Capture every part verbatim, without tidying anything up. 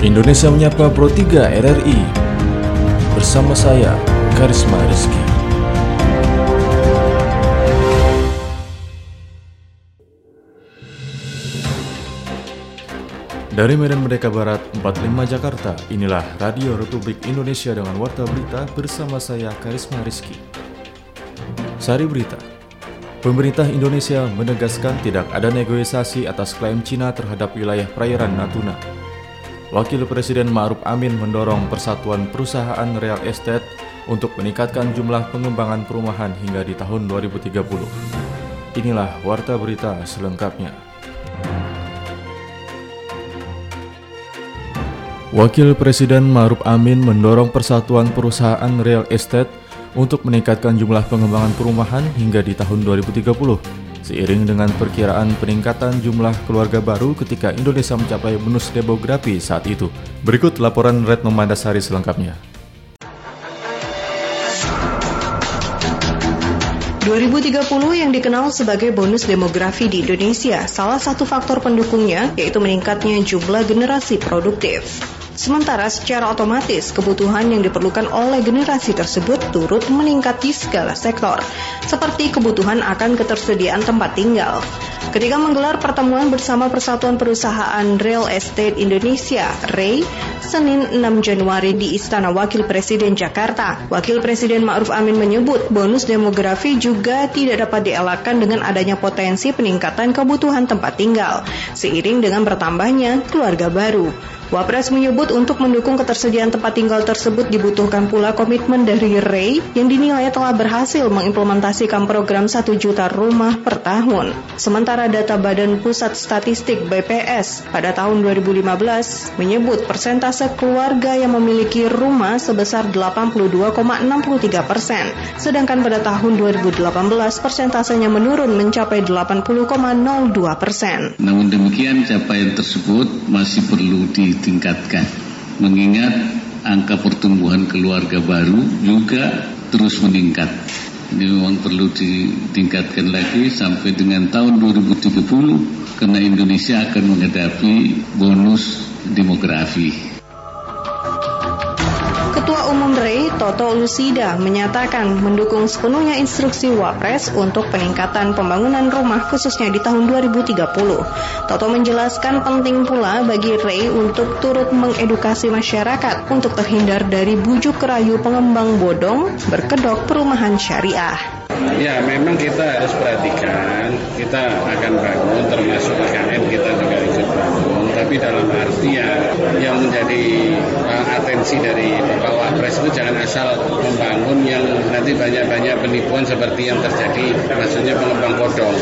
Indonesia Menyapa Pro tiga R R I. Bersama saya, Karisma Rizky. Dari Medan Merdeka Barat, empat puluh lima Jakarta, inilah Radio Republik Indonesia dengan Warta Berita bersama saya, Karisma Rizky. Sari Berita. Pemerintah Indonesia menegaskan tidak ada negosiasi atas klaim Cina terhadap wilayah perairan Natuna. Wakil Presiden Ma'ruf Amin mendorong persatuan perusahaan real estate untuk meningkatkan jumlah pengembangan perumahan hingga di tahun dua ribu tiga puluh. Inilah Warta Berita selengkapnya. Wakil Presiden Ma'ruf Amin mendorong persatuan perusahaan real estate untuk meningkatkan jumlah pengembangan perumahan hingga di tahun dua ribu tiga puluh, seiring dengan perkiraan peningkatan jumlah keluarga baru ketika Indonesia mencapai bonus demografi saat itu. Berikut laporan Retno Mandasari selengkapnya. dua ribu tiga puluh yang dikenal sebagai bonus demografi di Indonesia, salah satu faktor pendukungnya yaitu meningkatnya jumlah generasi produktif. Sementara secara otomatis kebutuhan yang diperlukan oleh generasi tersebut turut meningkat di segala sektor, seperti kebutuhan akan ketersediaan tempat tinggal. Ketika menggelar pertemuan bersama Persatuan Perusahaan Real Estate Indonesia, R E I, Senin enam Januari di Istana Wakil Presiden Jakarta, Wakil Presiden Ma'ruf Amin menyebut bonus demografi juga tidak dapat dielakkan dengan adanya potensi peningkatan kebutuhan tempat tinggal, seiring dengan bertambahnya keluarga baru. Wapres menyebut untuk mendukung ketersediaan tempat tinggal tersebut dibutuhkan pula komitmen dari R E I yang dinilai telah berhasil mengimplementasikan program satu juta rumah per tahun. Sementara data Badan Pusat Statistik B P S pada tahun dua ribu lima belas menyebut persentase keluarga yang memiliki rumah sebesar delapan puluh dua koma enam tiga persen, sedangkan pada tahun dua ribu delapan belas persentasenya menurun mencapai delapan puluh koma nol dua persen. Namun demikian capaian tersebut masih perlu ditingkatkan, mengingat angka pertumbuhan keluarga baru juga terus meningkat. Ini memang perlu ditingkatkan lagi sampai dengan tahun dua ribu tiga puluh karena Indonesia akan menghadapi bonus demografi. Ketua Umum R E I, Toto Lusida, menyatakan mendukung sepenuhnya instruksi Wapres untuk peningkatan pembangunan rumah khususnya di tahun dua ribu tiga puluh. Toto menjelaskan penting pula bagi R E I untuk turut mengedukasi masyarakat untuk terhindar dari bujuk rayu pengembang bodong berkedok perumahan syariah. Ya, memang kita harus perhatikan, kita akan bangun, termasuk I K N kita juga ikut bangun, tapi dalam artian yang menjadi uh, atensi dari Bapak Wapres itu jangan asal membangun yang nanti banyak-banyak penipuan seperti yang terjadi, maksudnya pengembang bodong.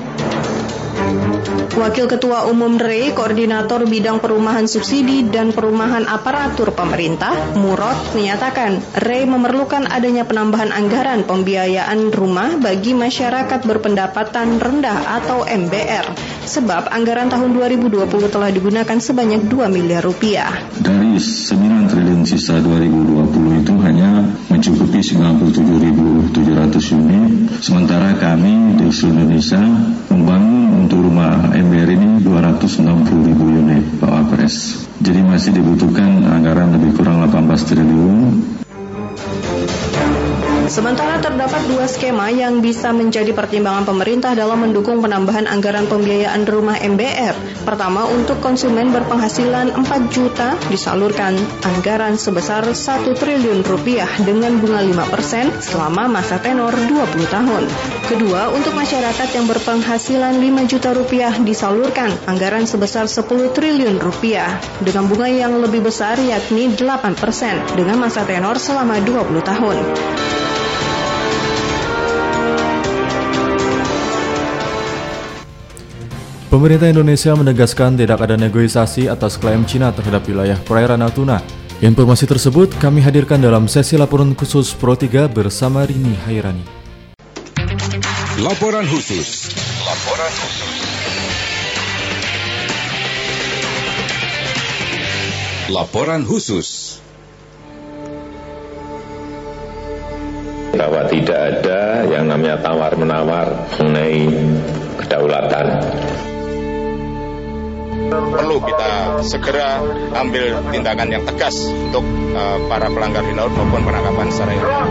Wakil Ketua Umum R E I, Koordinator Bidang Perumahan Subsidi dan Perumahan Aparatur Pemerintah, Murad, menyatakan R E I memerlukan adanya penambahan anggaran pembiayaan rumah bagi masyarakat berpendapatan rendah atau M B R, sebab anggaran tahun dua ribu dua puluh telah digunakan sebanyak dua miliar rupiah. Dari sembilan triliun sisa dua ribu dua puluh itu hanya mencukupi sembilan puluh tujuh ribu tujuh ratus unit, sementara kami di seluruh Indonesia membangun untuk rumah M B R ini dua ratus enam puluh ribu unit, Pak Wapres. Jadi masih dibutuhkan anggaran lebih kurang delapan belas triliun. Sementara terdapat dua skema yang bisa menjadi pertimbangan pemerintah dalam mendukung penambahan anggaran pembiayaan rumah M B R. Pertama, untuk konsumen berpenghasilan empat juta disalurkan anggaran sebesar satu triliun rupiah dengan bunga lima persen selama masa tenor dua puluh tahun. Kedua, untuk masyarakat yang berpenghasilan lima juta rupiah disalurkan anggaran sebesar sepuluh triliun rupiah dengan bunga yang lebih besar yakni delapan persen dengan masa tenor selama dua puluh tahun. Pemerintah Indonesia menegaskan tidak ada negosiasi atas klaim Cina terhadap wilayah perairan Natuna. Informasi tersebut kami hadirkan dalam sesi laporan khusus Pro tiga bersama Rini Hairani. Laporan khusus. Laporan khusus. Laporan khusus. Bahwa tidak ada yang namanya tawar-menawar mengenai kedaulatan. perlu kita segera ambil tindakan yang tegas untuk uh, para pelanggar di laut maupun penangkapan secara ilegal.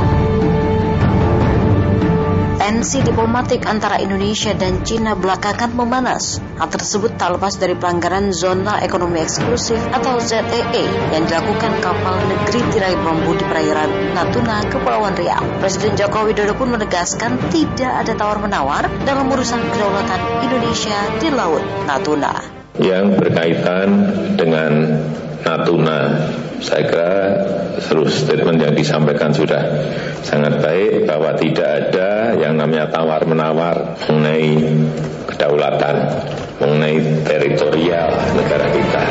Tensi diplomatik antara Indonesia dan Cina belakangan memanas. Hal tersebut tak lepas dari pelanggaran zona ekonomi eksklusif atau Z E E yang dilakukan kapal negeri tirai bambu di perairan Natuna, Kepulauan Riau. Presiden Joko Widodo pun menegaskan tidak ada tawar-menawar dalam urusan kedaulatan Indonesia di Laut Natuna. Yang berkaitan dengan Natuna, saya kira seluruh statement yang disampaikan sudah sangat baik, bahwa tidak ada yang namanya tawar-menawar mengenai kedaulatan, mengenai teritorial negara kita.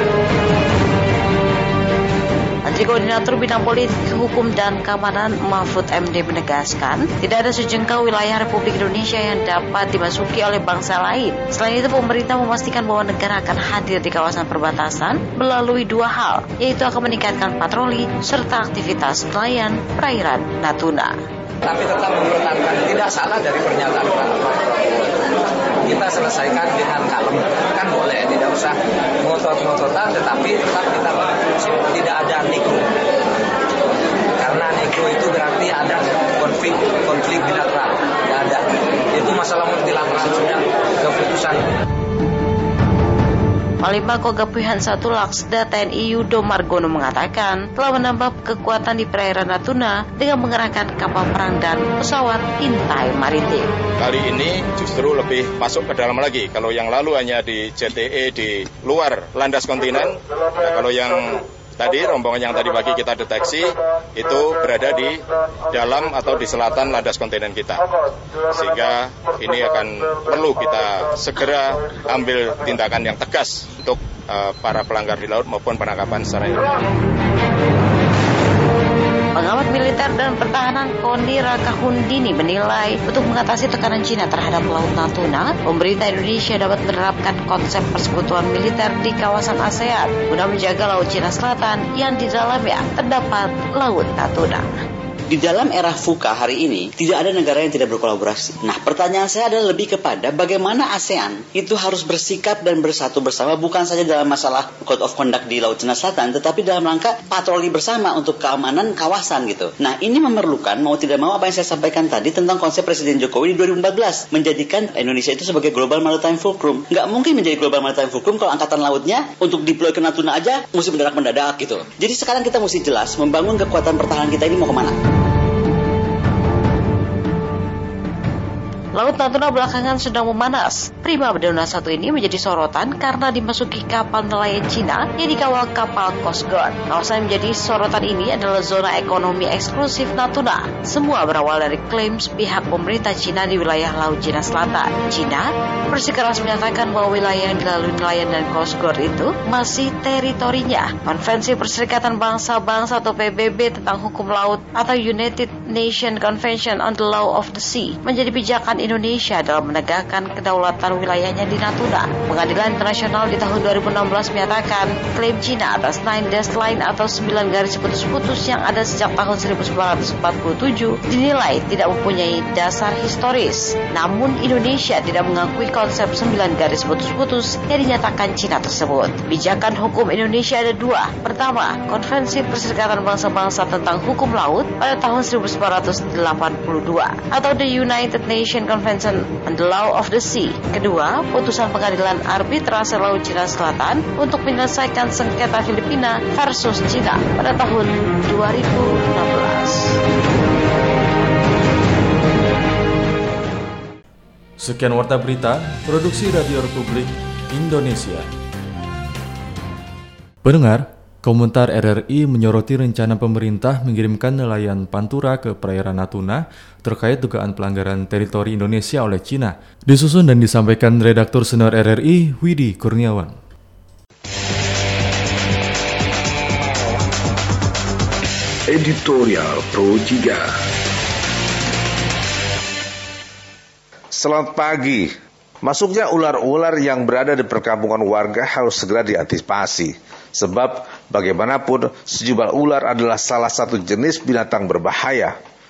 Menteri Koordinator Bidang Politik, Hukum dan Keamanan Mahfud M D menegaskan tidak ada sejengkal wilayah Republik Indonesia yang dapat dimasuki oleh bangsa lain. Selain itu, pemerintah memastikan bahwa negara akan hadir di kawasan perbatasan melalui dua hal, yaitu akan meningkatkan patroli serta aktivitas nelayan perairan Natuna. Tapi tetap mempertahankan, tidak salah dari pernyataan Pak Prabowo. Kita selesaikan dengan kalem, kan boleh, tidak usah ngotot-ngototan, tetapi tetap kita tidak ada nego. Karena nego itu berarti ada konflik konflik bilateral, tidak ada. Itu masalah multilateral sudah keputusan. Panglima Kogab Wilhan satu Laksda T N I Yudo Margono mengatakan telah menambah kekuatan di perairan Natuna dengan mengerahkan kapal perang dan pesawat intai maritim. Kali ini justru lebih masuk ke dalam lagi. Kalau yang lalu hanya di Z T E di luar landas kontinen, nah kalau yang tadi rombongan yang tadi pagi kita deteksi itu berada di dalam atau di selatan landas kontinen kita, sehingga ini akan perlu kita segera ambil tindakan yang tegas untuk uh, para pelanggar di laut maupun penangkapan secara ilegal. Pengamat militer dan pertahanan Koni Rakahundini menilai untuk mengatasi tekanan Cina terhadap Laut Natuna, pemerintah Indonesia dapat menerapkan konsep persekutuan militer di kawasan ASEAN guna menjaga Laut Cina Selatan yang di dalamnya terdapat Laut Natuna. Di dalam era VUCA hari ini, tidak ada negara yang tidak berkolaborasi. Nah, pertanyaan saya adalah lebih kepada bagaimana ASEAN itu harus bersikap dan bersatu bersama, bukan saja dalam masalah Code of Conduct di Laut Cina Selatan, tetapi dalam rangka patroli bersama untuk keamanan kawasan gitu. Nah, ini memerlukan, mau tidak mau, apa yang saya sampaikan tadi tentang konsep Presiden Jokowi di dua ribu empat belas, menjadikan Indonesia itu sebagai Global Maritime Fulcrum. Nggak mungkin menjadi Global Maritime Fulcrum kalau angkatan lautnya untuk deploy ke Natuna aja mesti mendadak-mendadak gitu. Jadi sekarang kita mesti jelas membangun kekuatan pertahanan kita ini mau kemana. Laut Natuna belakangan sedang memanas. Prima Dona satu ini menjadi sorotan karena dimasuki kapal nelayan Cina yang dikawal kapal Coast Guard. Kawasan yang menjadi sorotan ini adalah zona ekonomi eksklusif Natuna. Semua berawal dari klaim pihak pemerintah Cina di wilayah Laut Cina Selatan. Cina bersikeras menyatakan bahwa wilayah yang dilalui nelayan dan Coast Guard itu masih teritorinya. Konvensi Perserikatan Bangsa-Bangsa atau P B B tentang hukum laut atau United Nations Convention on the Law of the Sea menjadi pijakan Indonesia dalam menegakkan kedaulatan wilayahnya di Natuna. Pengadilan Internasional di tahun dua ribu enam belas menyatakan klaim Cina atas Nine Dash Line atau sembilan garis putus-putus yang ada sejak tahun seribu sembilan ratus empat puluh tujuh dinilai tidak mempunyai dasar historis. Namun Indonesia tidak mengakui konsep sembilan garis putus-putus yang dinyatakan Cina tersebut. Pijakan hukum Indonesia ada dua. Pertama, Konvensi Perserikatan Bangsa-Bangsa tentang Hukum Laut pada tahun seribu sembilan ratus delapan puluh dua atau The United Nations Convention on the Law of the Sea. Kedua, putusan pengadilan arbitrase Laut Cina Selatan untuk menyelesaikan sengketa Filipina versus Cina pada tahun dua ribu enam belas. Sekian warta berita, produksi Radio Republik Indonesia. Pendengar, komentar R R I menyoroti rencana pemerintah mengirimkan nelayan Pantura ke perairan Natuna terkait dugaan pelanggaran teritori Indonesia oleh Cina. Disusun dan disampaikan redaktur senior R R I, Widi Kurniawan. Editorial Pro tiga. Selamat pagi. Masuknya ular-ular yang berada di perkampungan warga harus segera diantisipasi. Sebab bagaimanapun sejumlah ular adalah salah satu jenis binatang berbahaya.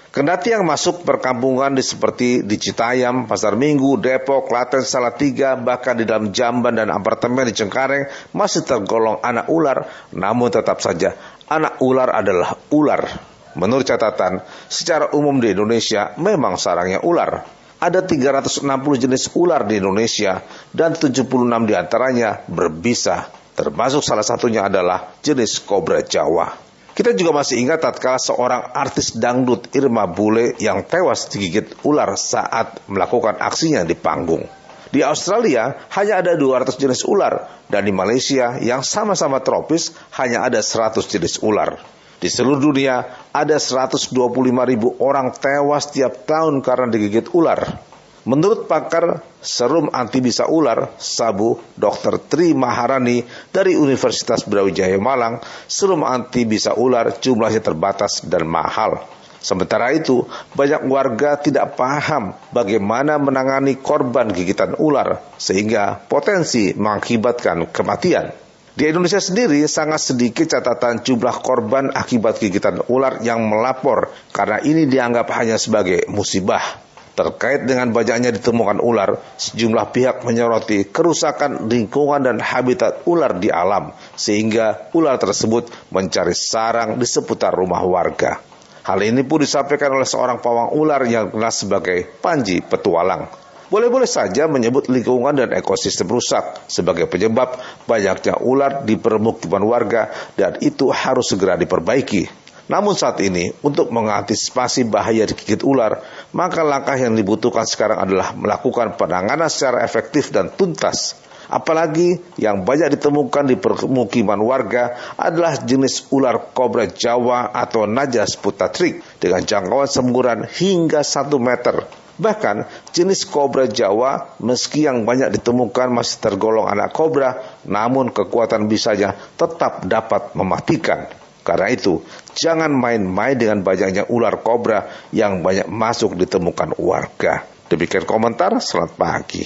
Kendati yang masuk perkampungan di seperti di Citayam, Pasar Minggu, Depok, Klaten, Salatiga, bahkan di dalam Jamban dan apartemen di Cengkareng masih tergolong anak ular, namun tetap saja anak ular adalah ular. Menurut catatan, secara umum di Indonesia memang sarangnya ular. Ada tiga ratus enam puluh jenis ular di Indonesia dan tujuh puluh enam diantaranya berbisa, termasuk salah satunya adalah jenis kobra Jawa. Kita juga masih ingat tatkala seorang artis dangdut Irma Bule yang tewas digigit ular saat melakukan aksinya di panggung. Di Australia hanya ada dua ratus jenis ular dan di Malaysia yang sama-sama tropis hanya ada seratus jenis ular. Di seluruh dunia ada seratus dua puluh lima ribu orang tewas tiap tahun karena digigit ular. Menurut pakar serum anti bisa ular, Sabu, dokter Tri Maharani dari Universitas Brawijaya Malang, serum anti bisa ular jumlahnya terbatas dan mahal. Sementara itu, banyak warga tidak paham bagaimana menangani korban gigitan ular, sehingga potensi mengakibatkan kematian. Di Indonesia sendiri sangat sedikit catatan jumlah korban akibat gigitan ular yang melapor karena ini dianggap hanya sebagai musibah. Terkait dengan banyaknya ditemukan ular, sejumlah pihak menyoroti kerusakan lingkungan dan habitat ular di alam, sehingga ular tersebut mencari sarang di seputar rumah warga. Hal ini pun disampaikan oleh seorang pawang ular yang dikenal sebagai Panji Petualang. Boleh-boleh saja menyebut lingkungan dan ekosistem rusak sebagai penyebab banyaknya ular di permukiman warga dan itu harus segera diperbaiki. Namun saat ini, untuk mengantisipasi bahaya digigit ular, maka langkah yang dibutuhkan sekarang adalah melakukan penanganan secara efektif dan tuntas. Apalagi yang banyak ditemukan di permukiman warga adalah jenis ular kobra Jawa atau Najas putatrik dengan jangkauan semburan hingga satu meter. Bahkan jenis kobra Jawa meski yang banyak ditemukan masih tergolong anak kobra, namun kekuatan bisanya tetap dapat mematikan. Karena itu, jangan main-main dengan banyaknya ular kobra yang banyak masuk ditemukan warga. Demikian komentar, selamat pagi.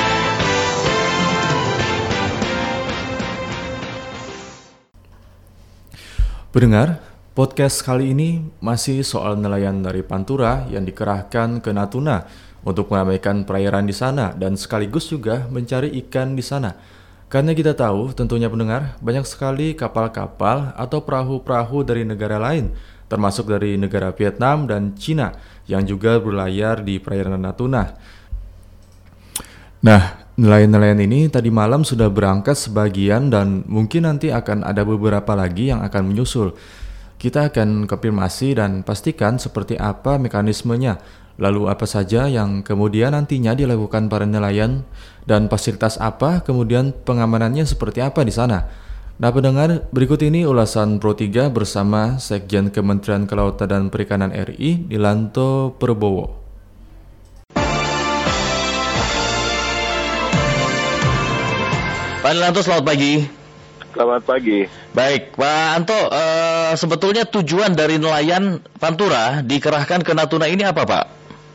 Pendengar, podcast kali ini masih soal nelayan dari Pantura yang dikerahkan ke Natuna untuk meramaikan perairan di sana dan sekaligus juga mencari ikan di sana. Karena kita tahu tentunya pendengar, banyak sekali kapal-kapal atau perahu-perahu dari negara lain, termasuk dari negara Vietnam dan Cina yang juga berlayar di perairan Natuna. Nah, nelayan-nelayan ini tadi malam sudah berangkat sebagian dan mungkin nanti akan ada beberapa lagi yang akan menyusul. Kita akan konfirmasi dan pastikan seperti apa mekanismenya, lalu apa saja yang kemudian nantinya dilakukan para nelayan dan fasilitas apa, kemudian pengamanannya seperti apa di sana. Nah pendengar, berikut ini ulasan Pro tiga bersama Sekjen Kementerian Kelautan dan Perikanan R I, Dilanto Prabowo. Pak Dilanto, selamat pagi. Selamat pagi. Baik, Pak Anto, uh, sebetulnya tujuan dari nelayan Pantura dikerahkan ke Natuna ini apa, Pak?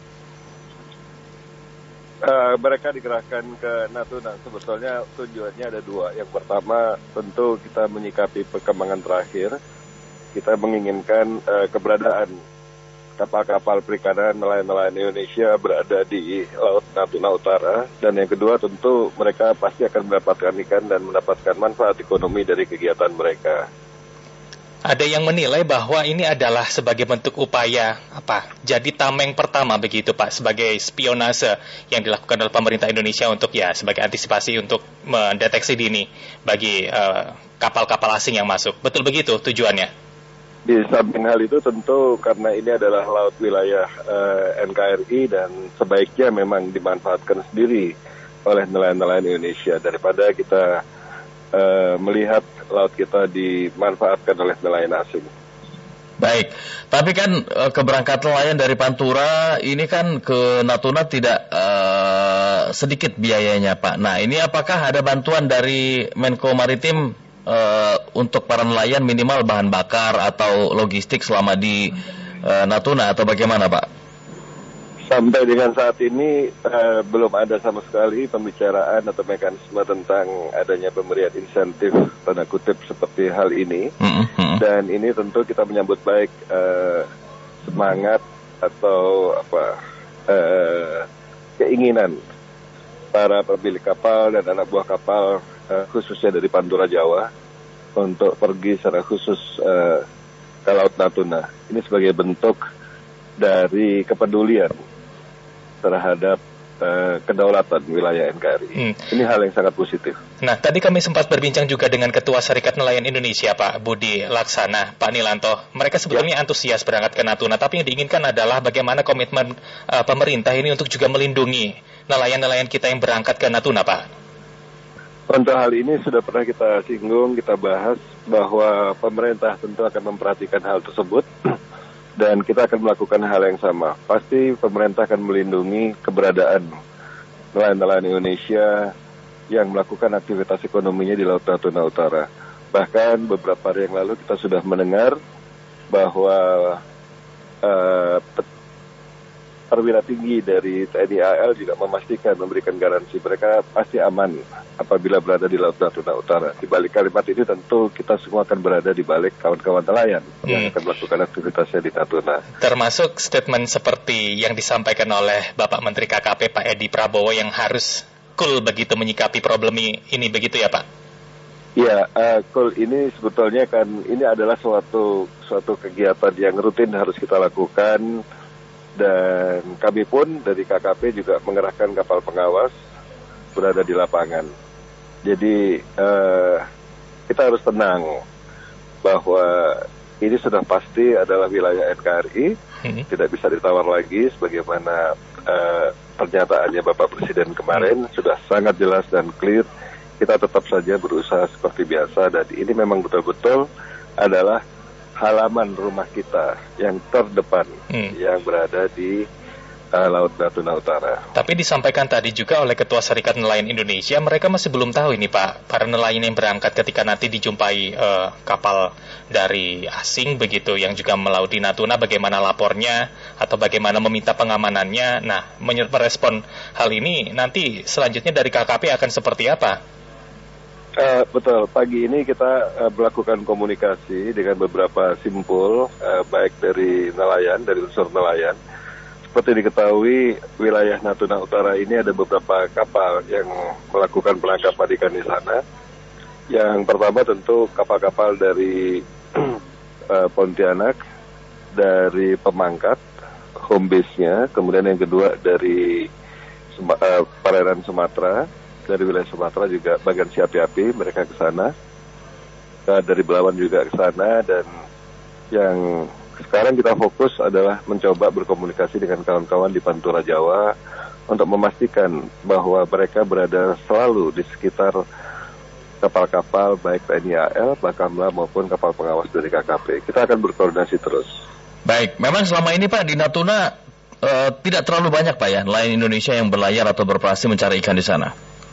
Uh, mereka dikerahkan ke Natuna. Sebetulnya tujuannya ada dua. Yang pertama, tentu kita menyikapi perkembangan terakhir. Kita menginginkan uh, keberadaan kapal-kapal perikanan nelayan-nelayan Indonesia berada di Laut Natuna Utara. Dan yang kedua tentu mereka pasti akan mendapatkan ikan dan mendapatkan manfaat ekonomi dari kegiatan mereka. Ada yang menilai bahwa ini adalah sebagai bentuk upaya apa? Jadi tameng pertama begitu Pak, sebagai spionase yang dilakukan oleh pemerintah Indonesia untuk ya sebagai antisipasi untuk mendeteksi dini bagi uh, kapal-kapal asing yang masuk. Betul begitu tujuannya? Di samping hal itu tentu karena ini adalah laut wilayah uh, N K R I dan sebaiknya memang dimanfaatkan sendiri oleh nelayan-nelayan Indonesia daripada kita uh, melihat laut kita dimanfaatkan oleh nelayan asing. Baik, tapi kan uh, keberangkatan nelayan dari Pantura ini kan ke Natuna tidak uh, sedikit biayanya Pak. Nah ini apakah ada bantuan dari Menko Maritim Uh, untuk para nelayan minimal bahan bakar atau logistik selama di uh, Natuna atau bagaimana Pak? Sampai dengan saat ini uh, belum ada sama sekali pembicaraan atau mekanisme tentang adanya pemberian insentif tanda kutip seperti hal ini. Mm-hmm. Dan ini tentu kita menyambut baik uh, semangat atau apa uh, keinginan para pemilik kapal dan anak buah kapal uh, khususnya dari Pantura Jawa untuk pergi secara khusus uh, ke Laut Natuna. Ini sebagai bentuk dari kepedulian terhadap uh, kedaulatan wilayah N K R I. Hmm. Ini hal yang sangat positif. Nah, tadi kami sempat berbincang juga dengan Ketua Serikat Nelayan Indonesia, Pak Budi Laksana, Pak Nilanto. Mereka sebetulnya ya. antusias berangkat ke Natuna, tapi yang diinginkan adalah bagaimana komitmen uh, pemerintah ini untuk juga melindungi nelayan-nelayan kita yang berangkat ke Natuna, Pak. Untuk hal ini sudah pernah kita singgung, kita bahas bahwa pemerintah tentu akan memperhatikan hal tersebut dan kita akan melakukan hal yang sama. Pasti pemerintah akan melindungi keberadaan nelayan-nelayan Indonesia yang melakukan aktivitas ekonominya di Laut Natuna Utara. Bahkan beberapa hari yang lalu kita sudah mendengar bahwa uh, perwira tinggi dari T N I A L juga memastikan, memberikan garansi mereka pasti aman apabila berada di Laut Natuna Utara. Di balik kalimat ini tentu kita semua akan berada di balik kawan-kawan nelayan hmm. yang akan melakukan aktivitasnya di Natuna. Termasuk statement seperti yang disampaikan oleh Bapak Menteri K K P Pak Edi Prabowo yang harus cool begitu menyikapi problem ini, begitu ya Pak? Ya, uh, cool ini sebetulnya kan ini adalah suatu suatu kegiatan yang rutin harus kita lakukan. Dan kami pun dari K K P juga mengerahkan kapal pengawas berada di lapangan. Jadi uh, kita harus tenang bahwa ini sudah pasti adalah wilayah N K R I, hmm. tidak bisa ditawar lagi sebagaimana uh, pernyataannya Bapak Presiden kemarin hmm. sudah sangat jelas dan clear. Kita tetap saja berusaha seperti biasa dan ini memang betul-betul adalah halaman rumah kita yang terdepan hmm. yang berada di uh, Laut Natuna Utara. Tapi disampaikan tadi juga oleh Ketua Serikat Nelayan Indonesia, mereka masih belum tahu ini Pak, para nelayan yang berangkat ketika nanti dijumpai uh, kapal dari asing begitu yang juga melaut di Natuna, bagaimana lapornya atau bagaimana meminta pengamanannya. Nah, merespon hal ini nanti selanjutnya dari K K P akan seperti apa? Uh, betul, pagi ini kita uh, melakukan komunikasi dengan beberapa simpul, uh, baik dari nelayan, dari unsur nelayan. Seperti diketahui, wilayah Natuna Utara ini ada beberapa kapal yang melakukan penangkapan ikan di sana. Yang pertama tentu kapal-kapal dari uh, Pontianak, dari Pemangkat, home base-nya. Kemudian yang kedua dari Sema- uh, Perairan Sumatera. Dari wilayah Sumatera juga bagian Siapi-Api mereka ke sana, dari Belawan juga ke sana, dan yang sekarang kita fokus adalah mencoba berkomunikasi dengan kawan-kawan di Pantura Jawa untuk memastikan bahwa mereka berada selalu di sekitar kapal-kapal baik T N I A L, Bakamla maupun kapal pengawas dari K K P. Kita akan berkoordinasi terus. Baik, memang selama ini Pak di Natuna uh, tidak terlalu banyak Pak ya nelayan Indonesia yang berlayar atau beroperasi mencari ikan di sana.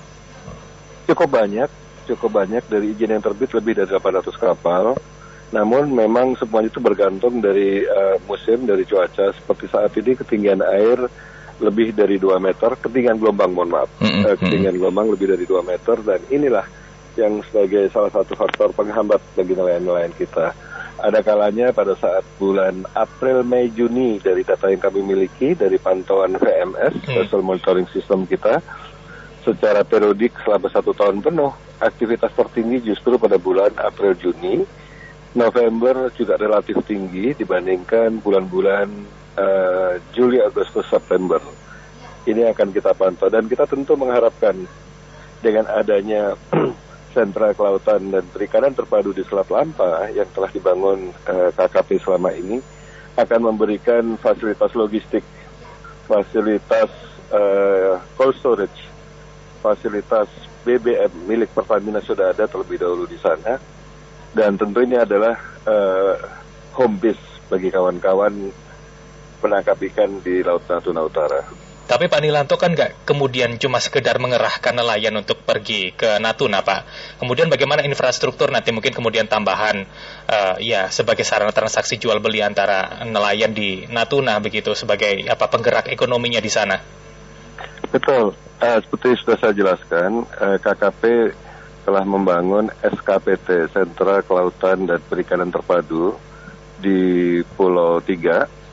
Cukup banyak, cukup banyak dari izin yang terbit lebih dari delapan ratus kapal. Namun memang semuanya itu bergantung dari uh, musim, dari cuaca. Seperti saat ini ketinggian air lebih dari dua meter, ketinggian gelombang, mohon maaf. Mm-hmm. Uh, ketinggian gelombang lebih dari dua meter dan inilah yang sebagai salah satu faktor penghambat bagi nelayan-nelayan kita. Ada kalanya pada saat bulan April, Mei, Juni dari data yang kami miliki, dari pantauan V M S, mm. Vessel Monitoring System kita, secara periodik selama satu tahun penuh, aktivitas tertinggi justru pada bulan April Juni. November juga relatif tinggi dibandingkan bulan-bulan uh, Juli, Agustus, September. Ini akan kita pantau dan kita tentu mengharapkan dengan adanya sentra kelautan dan perikanan terpadu di Selat Lampa yang telah dibangun uh, K K P selama ini akan memberikan fasilitas logistik, fasilitas uh, cold storage, fasilitas B B M milik Pertamina sudah ada terlebih dahulu di sana, dan tentu ini adalah uh, home base bagi kawan-kawan penangkap ikan di Laut Natuna Utara. Tapi Pak Nilanto kan nggak kemudian cuma sekedar mengerahkan nelayan untuk pergi ke Natuna Pak. Kemudian bagaimana infrastruktur nanti mungkin kemudian tambahan uh, ya sebagai sarana transaksi jual beli antara nelayan di Natuna begitu sebagai apa penggerak ekonominya di sana. Betul. Uh, seperti sudah saya jelaskan, uh, K K P telah membangun S K P T, Sentra Kelautan dan Perikanan Terpadu di Pulau tiga,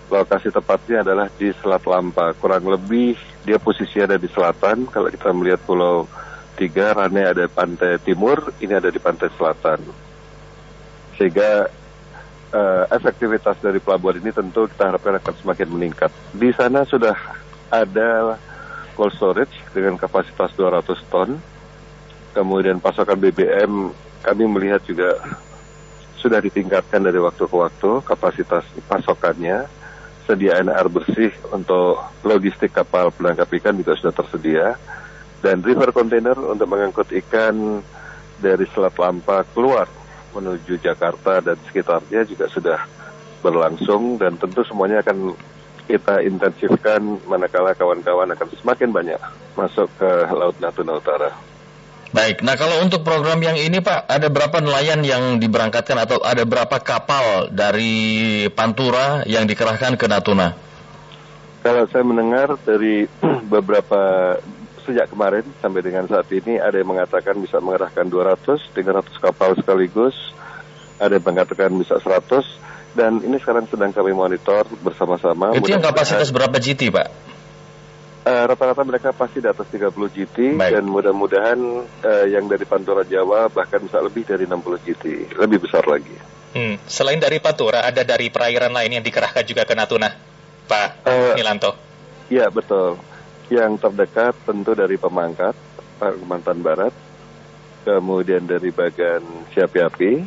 lokasi tepatnya adalah di Selat Lampa. Kurang lebih dia posisinya ada di selatan. Kalau kita melihat Pulau Tiga, Rane ada di pantai timur, ini ada di pantai selatan. Sehingga uh, efektivitas dari pelabuhan ini tentu kita harapkan akan semakin meningkat. Di sana sudah ada cold storage dengan kapasitas dua ratus ton. Kemudian pasokan B B M kami melihat juga sudah ditingkatkan dari waktu ke waktu kapasitas pasokannya. Sediaan air bersih untuk logistik kapal penangkap ikan juga sudah tersedia. Dan river container untuk mengangkut ikan dari Selat Lampa keluar menuju Jakarta dan sekitarnya juga sudah berlangsung, dan tentu semuanya akan kita intensifkan manakala kawan-kawan akan semakin banyak masuk ke Laut Natuna Utara. Baik, nah kalau untuk program yang ini Pak, ada berapa nelayan yang diberangkatkan atau ada berapa kapal dari Pantura yang dikerahkan ke Natuna? Kalau saya mendengar dari beberapa sejak kemarin sampai dengan saat ini ada yang mengatakan bisa mengerahkan dua ratus, tiga ratus kapal sekaligus, ada yang mengatakan bisa seratus, dan ini sekarang sedang kami monitor bersama-sama. Itu yang kapasitas berapa G T Pak? Uh, rata-rata mereka pasti di atas tiga puluh G T. Baik. Dan mudah-mudahan uh, yang dari Pantura Jawa bahkan bisa lebih dari enam puluh G T, lebih besar lagi. Hmm. Selain dari Pantura, ada dari perairan lain yang dikerahkan juga ke Natuna, Pak uh, Nilanto? Iya, betul. Yang terdekat tentu dari Pemangkat, Kalimantan Barat, kemudian dari bagian Siapi-Api,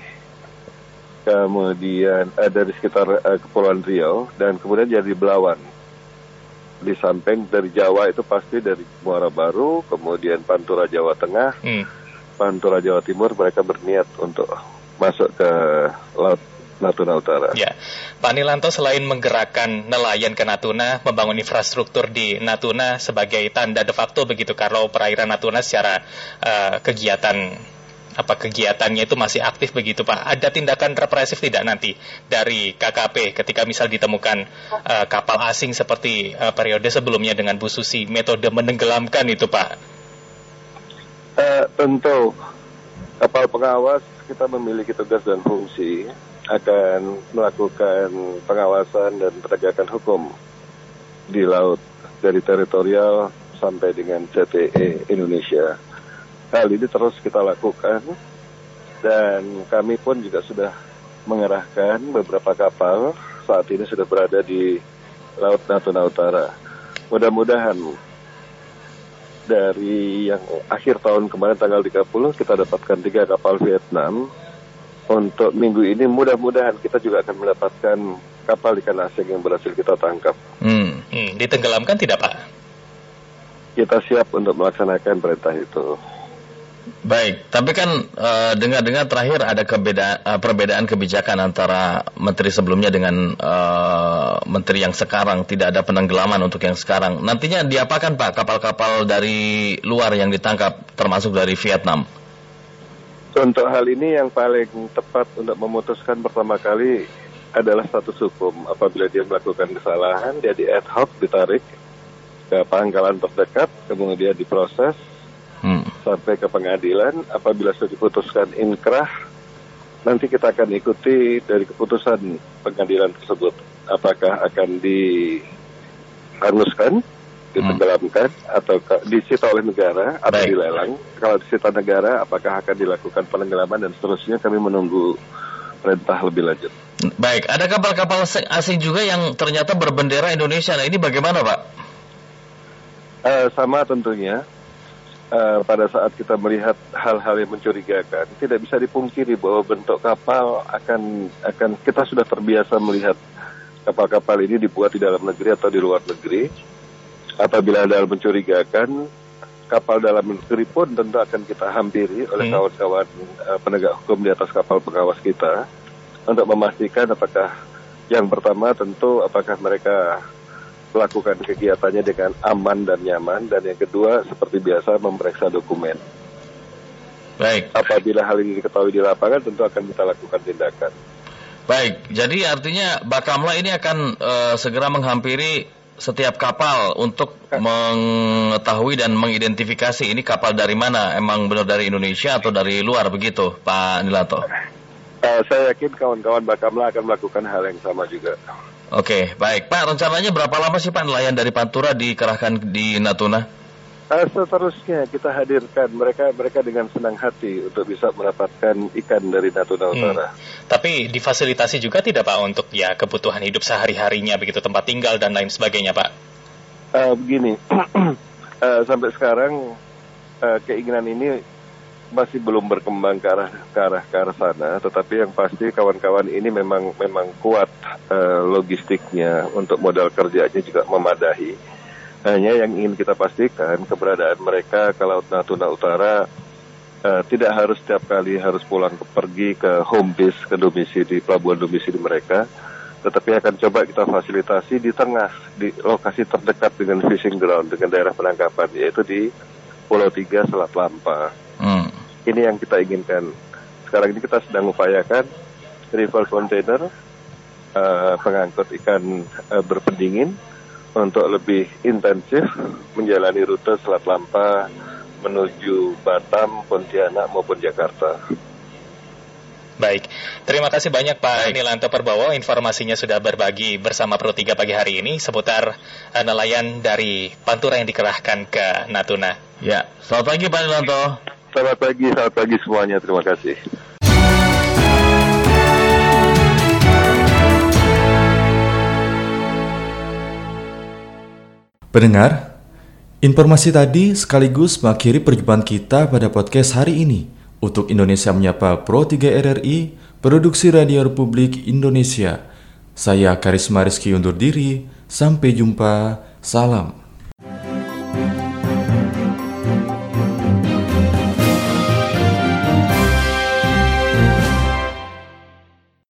kemudian eh, dari sekitar eh, Kepulauan Riau, dan kemudian dari Belawan. Di samping dari Jawa itu pasti dari Muara Baru, kemudian Pantura Jawa Tengah, hmm. Pantura Jawa Timur, mereka berniat untuk masuk ke Laut Natuna Utara. Ya, Pak Nilanto selain menggerakkan nelayan ke Natuna, membangun infrastruktur di Natuna sebagai tanda de facto begitu kalau perairan Natuna secara uh, kegiatan apa kegiatannya itu masih aktif begitu Pak. Ada tindakan represif tidak nanti dari K K P ketika misal ditemukan uh, kapal asing seperti uh, periode sebelumnya dengan Bu Susi, metode menenggelamkan itu Pak? Uh, tentu kapal pengawas kita memiliki tugas dan fungsi akan melakukan pengawasan dan penegakan hukum di laut dari teritorial sampai dengan C T E Indonesia. Hal ini terus kita lakukan dan kami pun juga sudah mengerahkan beberapa kapal saat ini sudah berada di Laut Natuna Utara. Mudah-mudahan dari yang akhir tahun kemarin tanggal tiga puluh kita dapatkan tiga kapal Vietnam. Untuk minggu ini mudah-mudahan kita juga akan mendapatkan kapal ikan asing yang berhasil kita tangkap. Hmm. Hmm. Ditenggelamkan tidak Pak? Kita siap untuk melaksanakan perintah itu. Baik, tapi kan uh, dengar-dengar terakhir ada kebeda, uh, perbedaan kebijakan antara menteri sebelumnya dengan uh, menteri yang sekarang. Tidak ada penenggelaman untuk yang sekarang. Nantinya diapakan Pak kapal-kapal dari luar yang ditangkap termasuk dari Vietnam? Untuk hal ini yang paling tepat untuk memutuskan pertama kali adalah status hukum. Apabila dia melakukan kesalahan, dia di ad hoc ditarik ke pangkalan terdekat, kemudian diproses hmm. sampai ke pengadilan. Apabila sudah diputuskan inkrah, nanti kita akan ikuti dari keputusan pengadilan tersebut. Apakah akan dihanguskan, ditenggelamkan, atau disita oleh negara atau Baik. dilelang. Kalau disita negara, apakah akan dilakukan penenggelaman dan seterusnya, kami menunggu perintah lebih lanjut. Baik, ada kapal-kapal asing juga yang ternyata berbendera Indonesia. Nah ini bagaimana Pak? Uh, sama tentunya. Uh, pada saat kita melihat hal-hal yang mencurigakan, tidak bisa dipungkiri bahwa bentuk kapal akan akan kita sudah terbiasa melihat kapal-kapal ini dibuat di dalam negeri atau di luar negeri. Apabila ada hal mencurigakan, kapal dalam negeri pun tentu akan kita hampiri oleh hmm. kawan-kawan uh, penegak hukum di atas kapal pengawas kita untuk memastikan apakah yang pertama tentu apakah mereka melakukan kegiatannya dengan aman dan nyaman, dan yang kedua seperti biasa memeriksa dokumen. Baik. Apabila hal ini diketahui di lapangan tentu akan kita lakukan tindakan. Baik, jadi artinya Bakamla ini akan uh, segera menghampiri setiap kapal untuk mengetahui dan mengidentifikasi ini kapal dari mana, emang benar dari Indonesia atau dari luar begitu, Pak Nilanto? Uh, saya yakin kawan-kawan Bakamla akan melakukan hal yang sama juga. Oke, baik. Pak, rencananya berapa lama sih Pak nelayan dari Pantura dikerahkan di Natuna? Uh, seterusnya kita hadirkan mereka mereka dengan senang hati untuk bisa mendapatkan ikan dari Natuna Utara. Hmm. Tapi difasilitasi juga tidak Pak untuk ya kebutuhan hidup sehari-harinya begitu, tempat tinggal dan lain sebagainya Pak? Uh, begini, uh, sampai sekarang uh, keinginan ini masih belum berkembang ke arah ke arah ke arah sana. Tetapi yang pasti kawan-kawan ini memang memang kuat uh, logistiknya, untuk modal kerjanya juga memadai. Hanya yang ingin kita pastikan keberadaan mereka ke Laut Natuna Utara uh, tidak harus setiap kali harus pulang ke, pergi ke home base, ke domisili, pelabuhan domisili mereka, tetapi akan coba kita fasilitasi di tengah, di lokasi terdekat dengan fishing ground, dengan daerah penangkapan, yaitu di Pulau Tiga, Selat Lampa. Hmm. Ini yang kita inginkan. Sekarang ini kita sedang upayakan river container uh, pengangkut ikan uh, berpendingin untuk lebih intensif menjalani rute Selat Lampa menuju Batam, Pontianak maupun Jakarta. Baik, terima kasih banyak Pak Nilanto Perbowo, informasinya sudah berbagi bersama Pro tiga pagi hari ini seputar uh, nelayan dari Pantura yang dikerahkan ke Natuna. Ya, selamat pagi Pak Nilanto. Selamat pagi, selamat pagi semuanya, terima kasih. Pendengar, informasi tadi sekaligus mengakhiri perjumpaan kita pada podcast hari ini. Untuk Indonesia Menyapa Pro tiga R R I, Produksi Radio Republik Indonesia. Saya Karisma Rizky undur diri, sampai jumpa, salam.